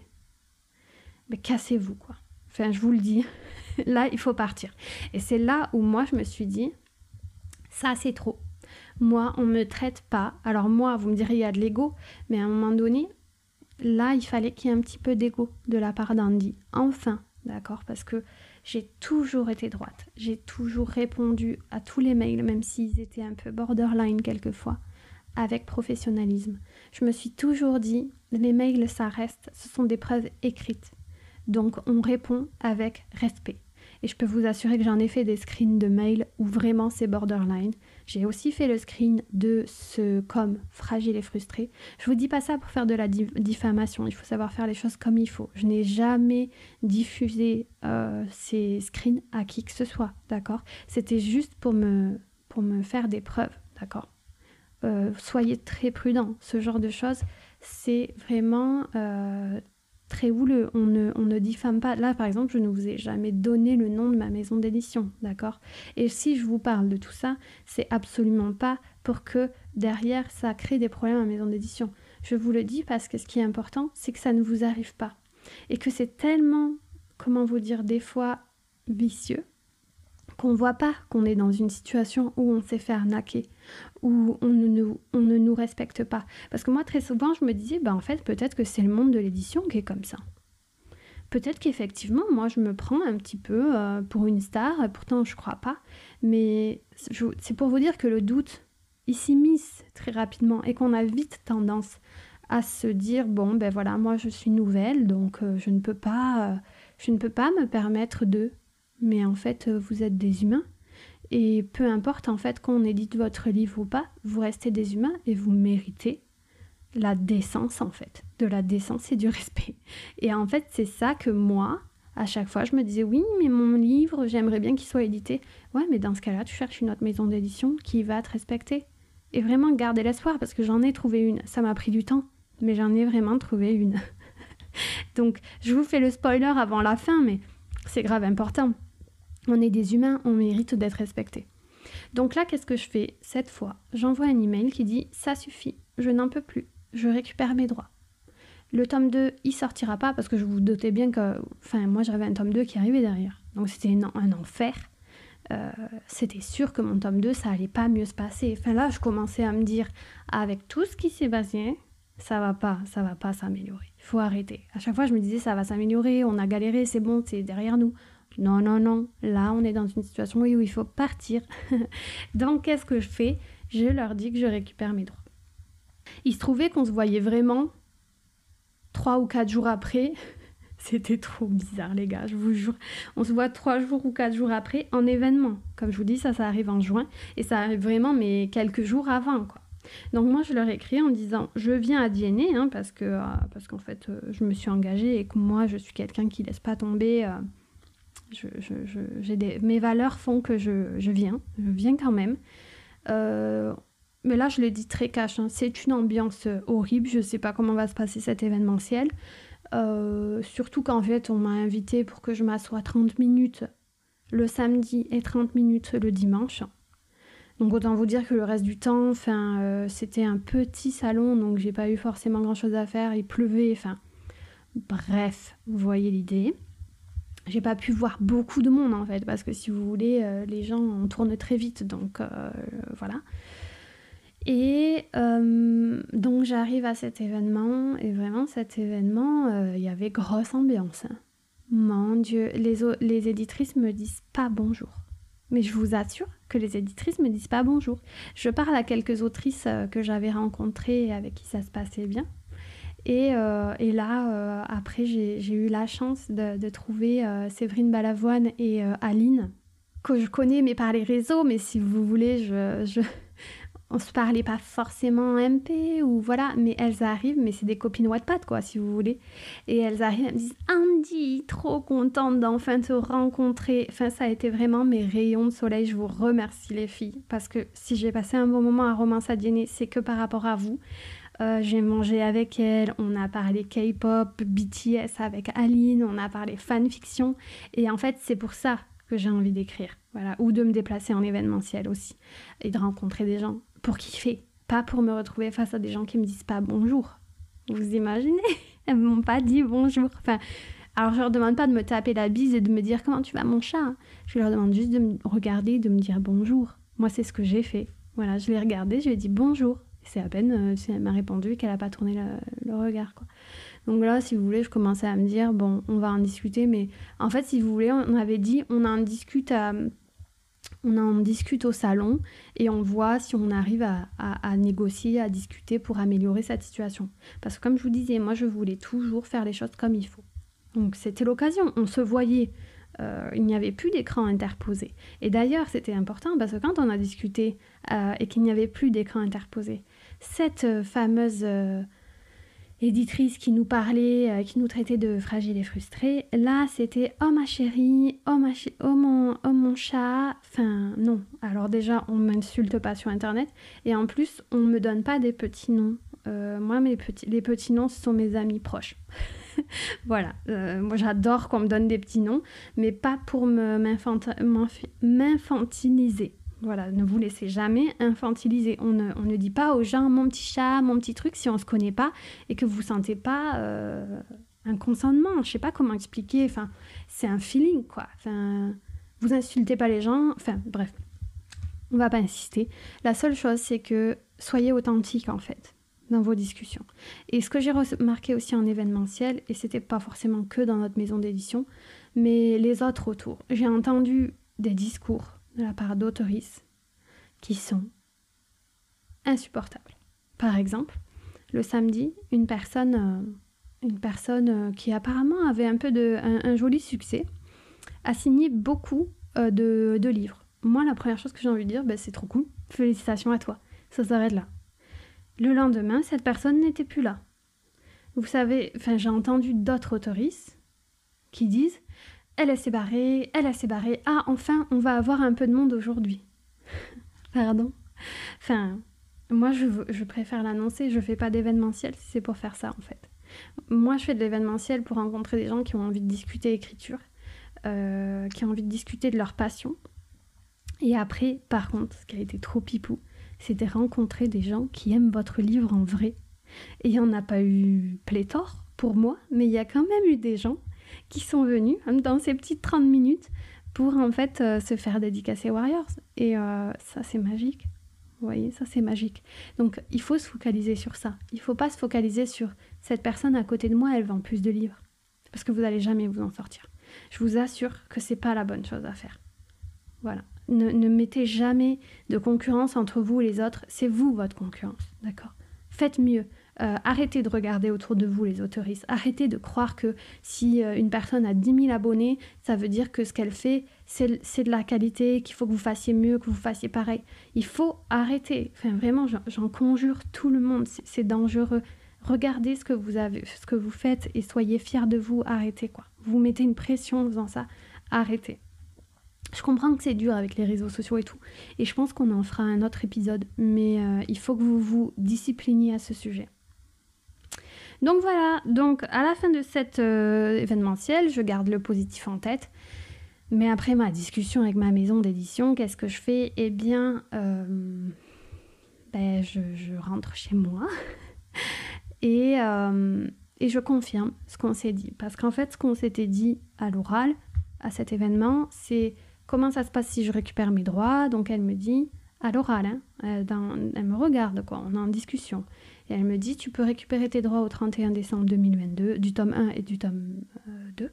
cassez-vous, quoi. Je vous le dis, là, il faut partir. Et c'est là où moi, je me suis dit, ça, c'est trop. Moi, on me traite pas. Alors moi, vous me direz, il y a de l'ego, mais à un moment donné, là, il fallait qu'il y ait un petit peu d'ego de la part d'Andy. Enfin, d'accord? Parce que j'ai toujours été droite. J'ai toujours répondu à tous les mails, même s'ils étaient un peu borderline quelquefois, avec professionnalisme. Je me suis toujours dit, les mails, ça reste, ce sont des preuves écrites. Donc, on répond avec respect. Et je peux vous assurer que j'en ai fait des screens de mails où vraiment c'est borderline. J'ai aussi fait le screen de ce com fragile et frustré. Je vous dis pas ça pour faire de la diffamation. Il faut savoir faire les choses comme il faut. Je n'ai jamais diffusé ces screens à qui que ce soit, d'accord? C'était juste pour me faire des preuves, d'accord? Soyez très prudents. Ce genre de choses, c'est vraiment très houleux. On ne diffame pas. Là, par exemple, je ne vous ai jamais donné le nom de ma maison d'édition, d'accord? Et si je vous parle de tout ça, c'est absolument pas pour que derrière, ça crée des problèmes à ma maison d'édition. Je vous le dis parce que ce qui est important, c'est que ça ne vous arrive pas. Et que c'est tellement, comment vous dire, des fois vicieux, qu'on ne voit pas qu'on est dans une situation où on s'est fait arnaquer, où on ne nous respecte pas. Parce que moi, très souvent, je me disais, en fait, peut-être que c'est le monde de l'édition qui est comme ça. Peut-être qu'effectivement, moi, je me prends un petit peu pour une star, pourtant, je ne crois pas. Mais c'est pour vous dire que le doute, il s'immisce très rapidement et qu'on a vite tendance à se dire bon ben voilà, moi je suis nouvelle, donc je ne peux pas me permettre de. Mais en fait, vous êtes des humains. Et peu importe en fait qu'on édite votre livre ou pas, vous restez des humains et vous méritez la décence en fait, de la décence et du respect. Et en fait, c'est ça que moi, à chaque fois, je me disais oui, mais mon livre, j'aimerais bien qu'il soit édité. Ouais, mais dans ce cas-là, tu cherches une autre maison d'édition qui va te respecter. Et vraiment garder l'espoir, parce que j'en ai trouvé une. Ça m'a pris du temps, mais j'en ai vraiment trouvé une. Donc, je vous fais le spoiler avant la fin, mais c'est grave important. On est des humains, on mérite d'être respectés. Donc là, qu'est-ce que je fais cette fois? J'envoie un email qui dit « Ça suffit, je n'en peux plus, je récupère mes droits ». Le tome 2, il sortira pas parce que je vous dotais bien que... Enfin, moi, j'avais un tome 2 qui arrivait derrière. Donc c'était un enfer. C'était sûr que mon tome 2, ça allait pas mieux se passer. Enfin là, je commençais à me dire, avec tout ce qui s'est passé, ça va pas s'améliorer. Il faut arrêter. À chaque fois, je me disais, ça va s'améliorer, on a galéré, c'est bon, c'est derrière nous. Non, là, on est dans une situation où il faut partir. Donc, qu'est-ce que je fais? Je leur dis que je récupère mes droits. Il se trouvait qu'on se voyait vraiment 3 ou 4 jours après. C'était trop bizarre, les gars, je vous jure. On se voit 3 jours ou 4 jours après en événement. Comme je vous dis, ça arrive en juin. Et ça arrive vraiment, mais quelques jours avant, quoi. Donc moi, je leur écris en disant « Je viens à Diennet, hein, parce qu'en fait, je me suis engagée et que moi, je suis quelqu'un qui ne laisse pas tomber... mes valeurs font que je viens quand même. Mais là, je le dis très cash, hein, c'est une ambiance horrible, je ne sais pas comment va se passer cet événementiel. Surtout qu'en fait, on m'a invité pour que je m'assoie 30 minutes le samedi et 30 minutes le dimanche. Donc autant vous dire que le reste du temps, c'était un petit salon, donc j'ai pas eu forcément grand-chose à faire, il pleuvait, bref, vous voyez l'idée. J'ai pas pu voir beaucoup de monde en fait, parce que si vous voulez, les gens en tournent très vite, donc voilà. Et donc j'arrive à cet événement, et vraiment cet événement, il y avait grosse ambiance. Hein. Mon Dieu, les éditrices me disent pas bonjour. Mais je vous assure que les éditrices me disent pas bonjour. Je parle à quelques autrices que j'avais rencontrées et avec qui ça se passait bien. Et là, après, j'ai eu la chance de trouver Séverine Balavoine et Aline, que je connais, mais par les réseaux. Mais si vous voulez, on se parlait pas forcément en MP, ou voilà. Mais elles arrivent, mais c'est des copines Wattpad, quoi, si vous voulez. Et elles arrivent, elles me disent « Andy, trop contente d'enfin te rencontrer ». Enfin, ça a été vraiment mes rayons de soleil. Je vous remercie, les filles. Parce que si j'ai passé un bon moment à Romance à Diennet, c'est que par rapport à vous. J'ai mangé avec elle, on a parlé K-pop, BTS avec Aline, on a parlé fanfiction. Et en fait, c'est pour ça que j'ai envie d'écrire. Voilà. Ou de me déplacer en événementiel aussi. Et de rencontrer des gens pour kiffer. Pas pour me retrouver face à des gens qui me disent pas bonjour. Vous imaginez? Elles m'ont pas dit bonjour. Alors je leur demande pas de me taper la bise et de me dire comment tu vas mon chat. Je leur demande juste de me regarder et de me dire bonjour. Moi, c'est ce que j'ai fait. Voilà, je l'ai regardé, je lui ai dit bonjour. C'est à peine si elle m'a répondu qu'elle n'a pas tourné le regard, quoi. Donc là, si vous voulez, je commençais à me dire, bon, on va en discuter, mais en fait, si vous voulez, on avait dit, on en discute au salon et on voit si on arrive à négocier, à discuter pour améliorer cette situation. Parce que comme je vous disais, moi, je voulais toujours faire les choses comme il faut. Donc c'était l'occasion, on se voyait. Il n'y avait plus d'écran interposé. Et d'ailleurs, c'était important parce que quand on a discuté et qu'il n'y avait plus d'écran interposé, cette fameuse éditrice qui nous parlait, qui nous traitait de fragiles et frustrés, là, c'était « Oh ma chérie, oh mon chat », enfin non. Alors déjà, on ne m'insulte pas sur Internet et en plus, on ne me donne pas des petits noms. Moi, les petits noms, ce sont mes amis proches. Voilà, moi j'adore qu'on me donne des petits noms, mais pas pour m'infantiliser. Voilà, ne vous laissez jamais infantiliser. On ne dit pas aux gens mon petit chat, mon petit truc, si on ne se connaît pas et que vous ne sentez pas un consentement. Je ne sais pas comment expliquer, c'est un feeling, quoi. Vous insultez pas les gens, bref, on ne va pas insister. La seule chose, c'est que soyez authentique, en fait, dans vos discussions. Et ce que j'ai remarqué aussi en événementiel, et c'était pas forcément que dans notre maison d'édition, mais les autres autour, j'ai entendu des discours de la part d'autrices qui sont insupportables. Par exemple, le samedi, une personne qui apparemment avait un joli succès, a signé beaucoup de livres. Moi, la première chose que j'ai envie de dire, c'est trop cool, félicitations à toi, ça s'arrête là. Le lendemain, cette personne n'était plus là. Vous savez, j'ai entendu d'autres autoristes qui disent « Elle s'est barrée, ah enfin, on va avoir un peu de monde aujourd'hui. » Pardon. Moi, je préfère l'annoncer, je fais pas d'événementiel si c'est pour faire ça, en fait. Moi, je fais de l'événementiel pour rencontrer des gens qui ont envie de discuter écriture, qui ont envie de discuter de leur passion. Et après, par contre, ce qui a été trop pipou, c'est de rencontrer des gens qui aiment votre livre en vrai. Et il n'y en a pas eu pléthore pour moi, mais il y a quand même eu des gens qui sont venus dans ces petites 30 minutes pour en fait se faire dédicacer Warriors. Et ça, c'est magique. Vous voyez, ça, c'est magique. Donc, il faut se focaliser sur ça. Il ne faut pas se focaliser sur cette personne à côté de moi, elle vend plus de livres. Parce que vous n'allez jamais vous en sortir. Je vous assure que ce n'est pas la bonne chose à faire. Voilà. Ne mettez jamais de concurrence entre vous et les autres. C'est vous, votre concurrence. D'accord ? Faites mieux. Arrêtez de regarder autour de vous les autoristes. Arrêtez de croire que si une personne a 10 000 abonnés, ça veut dire que ce qu'elle fait, c'est de la qualité, qu'il faut que vous fassiez mieux, que vous fassiez pareil. Il faut arrêter. Vraiment, j'en conjure tout le monde. C'est dangereux. Regardez ce que vous faites et soyez fiers de vous. Arrêtez, quoi. Vous mettez une pression en faisant ça. Arrêtez. Je comprends que c'est dur avec les réseaux sociaux et tout. Et je pense qu'on en fera un autre épisode. Mais il faut que vous vous discipliniez à ce sujet. Donc voilà, à la fin de cet événementiel, je garde le positif en tête. Mais après ma discussion avec ma maison d'édition, qu'est-ce que je fais ? Eh bien, je rentre chez moi et je confirme ce qu'on s'est dit. Parce qu'en fait, ce qu'on s'était dit à l'oral, à cet événement, c'est comment ça se passe si je récupère mes droits. Donc elle me dit, à l'oral, elle me regarde, quoi, on est en discussion. Et elle me dit, tu peux récupérer tes droits au 31 décembre 2022, du tome 1 et du tome 2.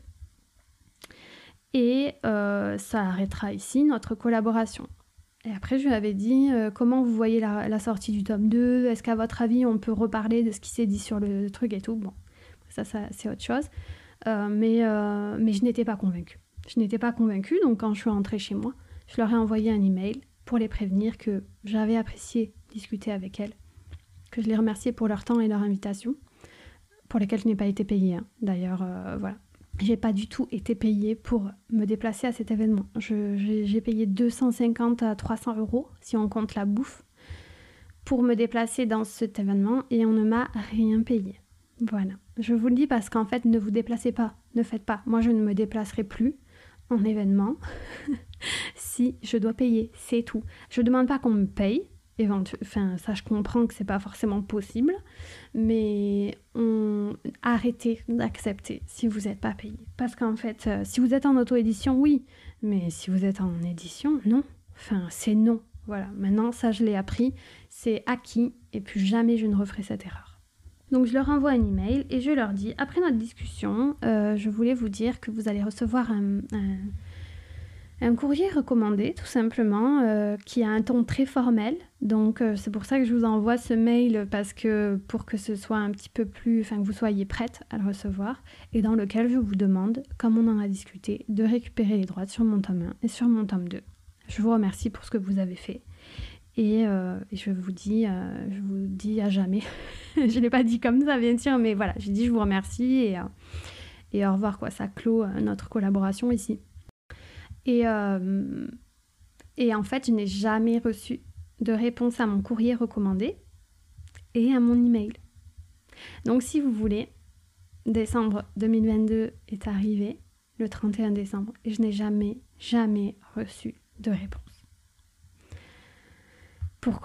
Et ça arrêtera ici notre collaboration. Et après, je lui avais dit, comment vous voyez la sortie du tome 2 ? Est-ce qu'à votre avis, on peut reparler de ce qui s'est dit sur le truc et tout ? Bon, ça c'est autre chose. Mais je n'étais pas convaincue. Donc quand je suis rentrée chez moi, je leur ai envoyé un email pour les prévenir que j'avais apprécié discuter avec elles, que je les remerciais pour leur temps et leur invitation, pour lesquelles je n'ai pas été payée. D'ailleurs, voilà. J'ai pas du tout été payée pour me déplacer à cet événement. J'ai payé 250 à 300 €, si on compte la bouffe, pour me déplacer dans cet événement et on ne m'a rien payé. Voilà. Je vous le dis parce qu'en fait, ne vous déplacez pas, ne faites pas. Moi, je ne me déplacerai plus en événement si je dois payer, c'est tout. Je demande pas qu'on me paye. Ça je comprends que c'est pas forcément possible, mais arrêtez d'accepter si vous n'êtes pas payé. Parce qu'en fait, si vous êtes en auto-édition, oui, mais si vous êtes en édition, non. C'est non. Voilà, maintenant ça je l'ai appris, c'est acquis et plus jamais je ne referai cette erreur. Donc je leur envoie un email et je leur dis, après notre discussion, je voulais vous dire que vous allez recevoir un courrier recommandé, tout simplement, qui a un ton très formel. Donc, c'est pour ça que je vous envoie ce mail, pour que ce soit un petit peu plus... que vous soyez prête à le recevoir. Et dans lequel je vous demande, comme on en a discuté, de récupérer les droits sur mon tome 1 et sur mon tome 2. Je vous remercie pour ce que vous avez fait. Et je vous dis à jamais. Je ne l'ai pas dit comme ça, bien sûr, mais voilà, j'ai dit je vous remercie et au revoir, quoi. Ça clôt notre collaboration ici. Et en fait, je n'ai jamais reçu de réponse à mon courrier recommandé et à mon email. Donc, si vous voulez, décembre 2022 est arrivé, le 31 décembre, et je n'ai jamais reçu de réponse. Pourquoi ?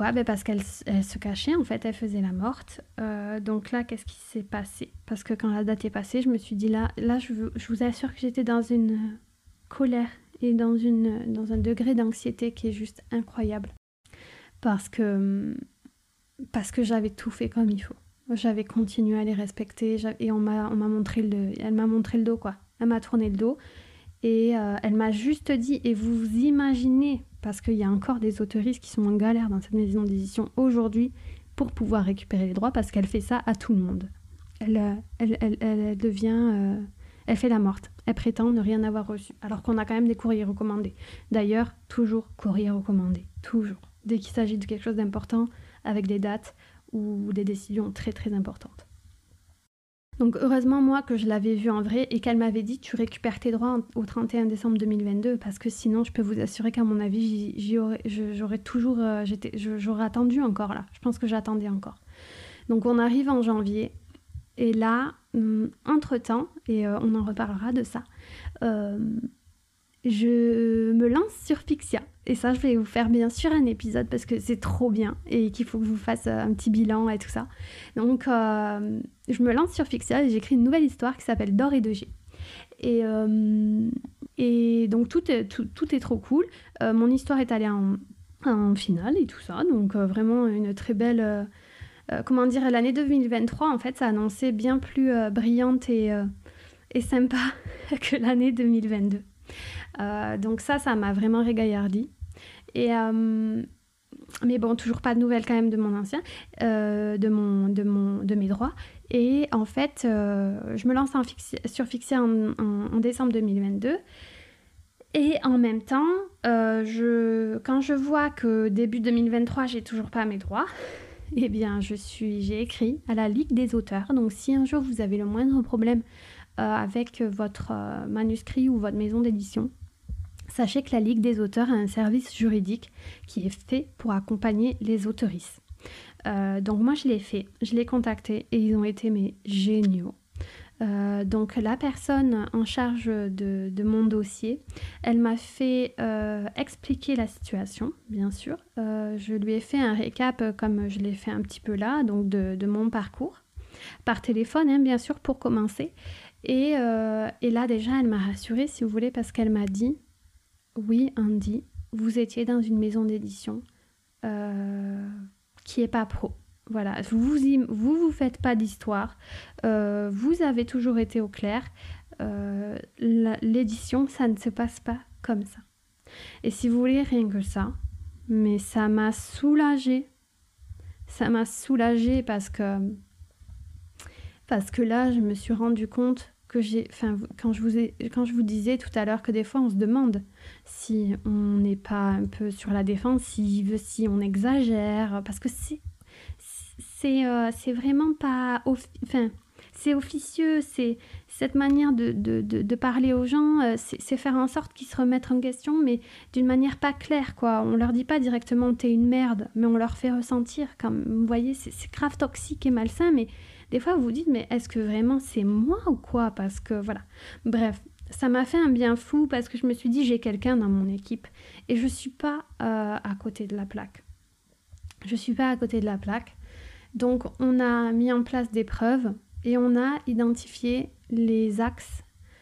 Parce qu'elle se cachait, en fait, elle faisait la morte. Donc là, qu'est-ce qui s'est passé ? Parce que quand la date est passée, je me suis dit, là je vous assure que j'étais dans une colère et dans un degré d'anxiété qui est juste incroyable. Parce que j'avais tout fait comme il faut. J'avais continué à les respecter et elle m'a montré le dos, quoi. Elle m'a tourné le dos et elle m'a juste dit, et vous imaginez, parce qu'il y a encore des autoristes qui sont en galère dans cette maison d'édition aujourd'hui, pour pouvoir récupérer les droits, parce qu'elle fait ça à tout le monde. Elle devient... elle fait la morte. Elle prétend ne rien avoir reçu, alors qu'on a quand même des courriers recommandés. D'ailleurs, toujours courrier recommandé, toujours. Dès qu'il s'agit de quelque chose d'important, avec des dates ou des décisions très très importantes. Donc heureusement moi que je l'avais vue en vrai et qu'elle m'avait dit tu récupères tes droits au 31 décembre 2022 parce que sinon je peux vous assurer qu'à mon avis j'aurais attendu encore là. Je pense que j'attendais encore. Donc on arrive en janvier et là, entre-temps, et on en reparlera de ça, je me lance sur Fixia. Et ça, je vais vous faire bien sûr un épisode parce que c'est trop bien et qu'il faut que je vous fasse un petit bilan et tout ça. Donc, je me lance sur Fixia et j'écris une nouvelle histoire qui s'appelle D'or et de G. Et donc, tout est trop cool. Mon histoire est allée en finale et tout ça. Donc, vraiment une très belle... l'année 2023, en fait, ça annonçait bien plus brillante et sympa que l'année 2022. Donc ça m'a vraiment régaillardi. Et mais bon, toujours pas de nouvelles quand même de mon ancien, de mes droits. Et en fait, je me lance sur Fixia en décembre 2022. Et en même temps, quand je vois que début 2023, j'ai toujours pas mes droits, eh bien, j'ai écrit à la Ligue des auteurs. Donc, si un jour vous avez le moindre problème avec votre manuscrit ou votre maison d'édition, sachez que la Ligue des auteurs a un service juridique qui est fait pour accompagner les autoristes. Donc moi je l'ai fait, je l'ai contacté et ils ont été géniaux. Donc la personne en charge de mon dossier, elle m'a fait expliquer la situation, bien sûr. Je lui ai fait un récap comme je l'ai fait un petit peu là, donc de mon parcours, par téléphone, hein, bien sûr, pour commencer. Et là déjà elle m'a rassurée, si vous voulez, parce qu'elle m'a dit: oui, Andy, vous étiez dans une maison d'édition qui est pas pro. Voilà, vous faites pas d'histoire, vous avez toujours été au clair, l'édition, ça ne se passe pas comme ça. Et si vous voulez, rien que ça, mais ça m'a soulagée. Ça m'a soulagée parce que là, je me suis rendu compte que quand je vous disais tout à l'heure que des fois on se demande si on n'est pas un peu sur la défensive, si on exagère, parce que c'est vraiment pas... c'est officieux, c'est cette manière de parler aux gens, c'est faire en sorte qu'ils se remettent en question, mais d'une manière pas claire, quoi. On leur dit pas directement t'es une merde, mais on leur fait ressentir, comme vous voyez, c'est grave toxique et malsain, mais des fois vous vous dites mais est-ce que vraiment c'est moi ou quoi? Parce que voilà, bref, ça m'a fait un bien fou parce que je me suis dit j'ai quelqu'un dans mon équipe et je suis pas à côté de la plaque. Je suis pas à côté de la plaque. Donc on a mis en place des preuves et on a identifié les axes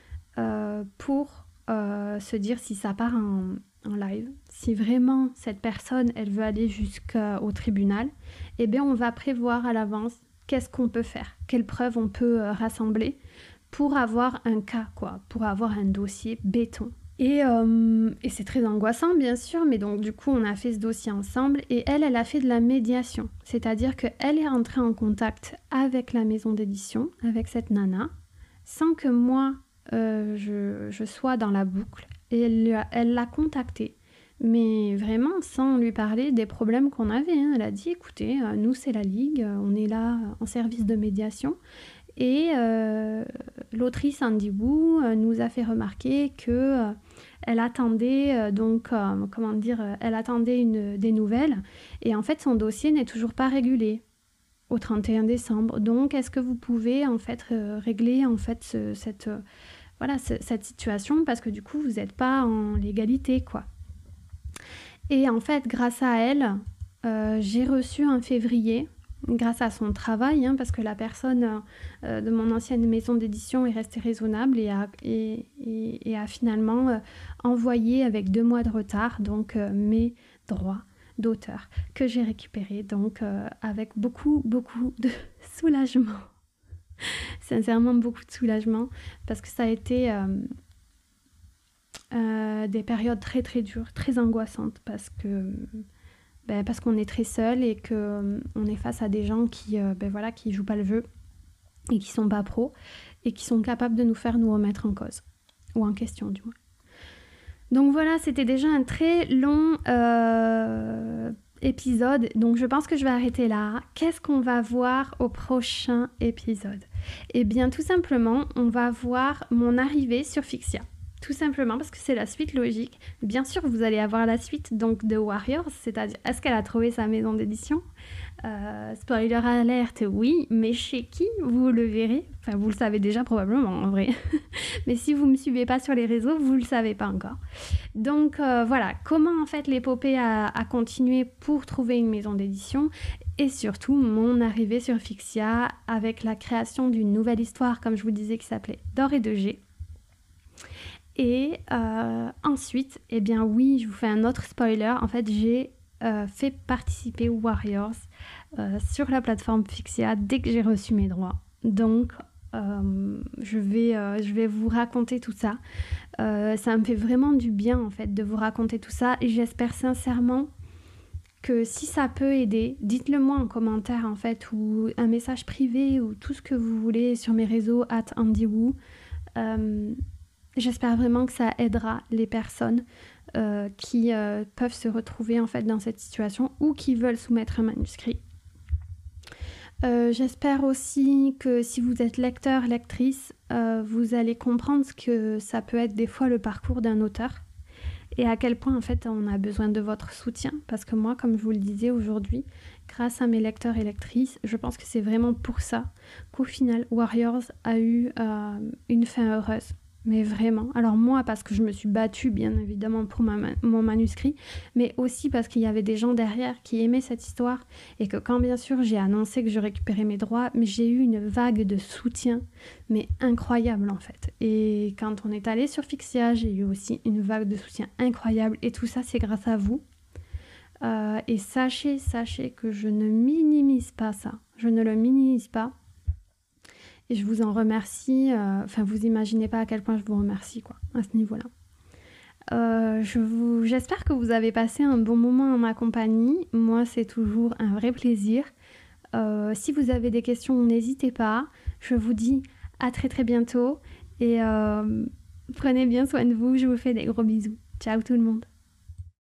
pour se dire si ça part en live, si vraiment cette personne elle veut aller jusqu'au tribunal, eh bien on va prévoir à l'avance qu'est-ce qu'on peut faire, quelles preuves on peut rassembler pour avoir un cas, quoi, pour avoir un dossier béton. Et c'est très angoissant, bien sûr, mais donc du coup, on a fait ce dossier ensemble et elle a fait de la médiation. C'est-à-dire qu'elle est rentrée en contact avec la maison d'édition, avec cette nana, sans que moi, je sois dans la boucle. Et elle l'a contactée, mais vraiment sans lui parler des problèmes qu'on avait. Hein. Elle a dit, écoutez, nous, c'est la Ligue, on est là en service de médiation. Et l'autrice Andy Wu nous a fait remarquer que elle attendait elle attendait des nouvelles et en fait son dossier n'est toujours pas régulé au 31 décembre. Donc est-ce que vous pouvez en fait régler en fait cette situation parce que du coup vous n'êtes pas en légalité quoi. Et en fait grâce à elle j'ai reçu en février, grâce à son travail, hein, parce que la personne de mon ancienne maison d'édition est restée raisonnable et a finalement envoyé avec 2 mois de retard donc mes droits d'auteur que j'ai récupérés donc avec beaucoup de soulagement. Sincèrement beaucoup de soulagement parce que ça a été des périodes très très dures, très angoissantes parce que parce qu'on est très seul et qu'on est face à des gens qui qui jouent pas le jeu et qui sont pas pros et qui sont capables de nous faire nous remettre en cause ou en question du moins. Donc voilà, c'était déjà un très long épisode, donc je pense que je vais arrêter là. Qu'est-ce qu'on va voir au prochain épisode ? Eh bien tout simplement, on va voir mon arrivée sur Fixia. Tout simplement parce que c'est la suite logique. Bien sûr, vous allez avoir la suite donc de Warriors, c'est-à-dire est-ce qu'elle a trouvé sa maison d'édition ? Spoiler alerte, oui, mais chez qui vous le verrez ? Enfin, vous le savez déjà probablement en vrai. Mais si vous ne me suivez pas sur les réseaux, vous ne le savez pas encore. Donc voilà, comment en fait l'épopée a continué pour trouver une maison d'édition et surtout mon arrivée sur Fixia avec la création d'une nouvelle histoire, comme je vous disais, qui s'appelait D'or et de G. Et ensuite, eh bien oui, je vous fais un autre spoiler. En fait, j'ai fait participer Warriors sur la plateforme Fixia dès que j'ai reçu mes droits. Donc, je vais vous raconter tout ça. Ça me fait vraiment du bien en fait de vous raconter tout ça et j'espère sincèrement que si ça peut aider, dites-le moi en commentaire en fait ou un message privé ou tout ce que vous voulez sur mes réseaux @andywoo. J'espère vraiment que ça aidera les personnes qui peuvent se retrouver en fait dans cette situation ou qui veulent soumettre un manuscrit. J'espère aussi que si vous êtes lecteur, lectrice, vous allez comprendre ce que ça peut être des fois le parcours d'un auteur et à quel point en fait on a besoin de votre soutien parce que moi, comme je vous le disais aujourd'hui, grâce à mes lecteurs et lectrices, je pense que c'est vraiment pour ça qu'au final Warriors a eu une fin heureuse. Mais vraiment, alors moi parce que je me suis battue bien évidemment pour mon manuscrit, mais aussi parce qu'il y avait des gens derrière qui aimaient cette histoire et que quand bien sûr j'ai annoncé que je récupérais mes droits, mais j'ai eu une vague de soutien, mais incroyable en fait. Et quand on est allé sur Fixia, j'ai eu aussi une vague de soutien incroyable et tout ça c'est grâce à vous. Et sachez que je ne minimise pas ça, je ne le minimise pas. Et je vous en remercie, vous imaginez pas à quel point je vous remercie quoi, à ce niveau-là. J'espère que vous avez passé un bon moment en ma compagnie. Moi, c'est toujours un vrai plaisir. Si vous avez des questions, n'hésitez pas. Je vous dis à très très bientôt et prenez bien soin de vous. Je vous fais des gros bisous. Ciao tout le monde.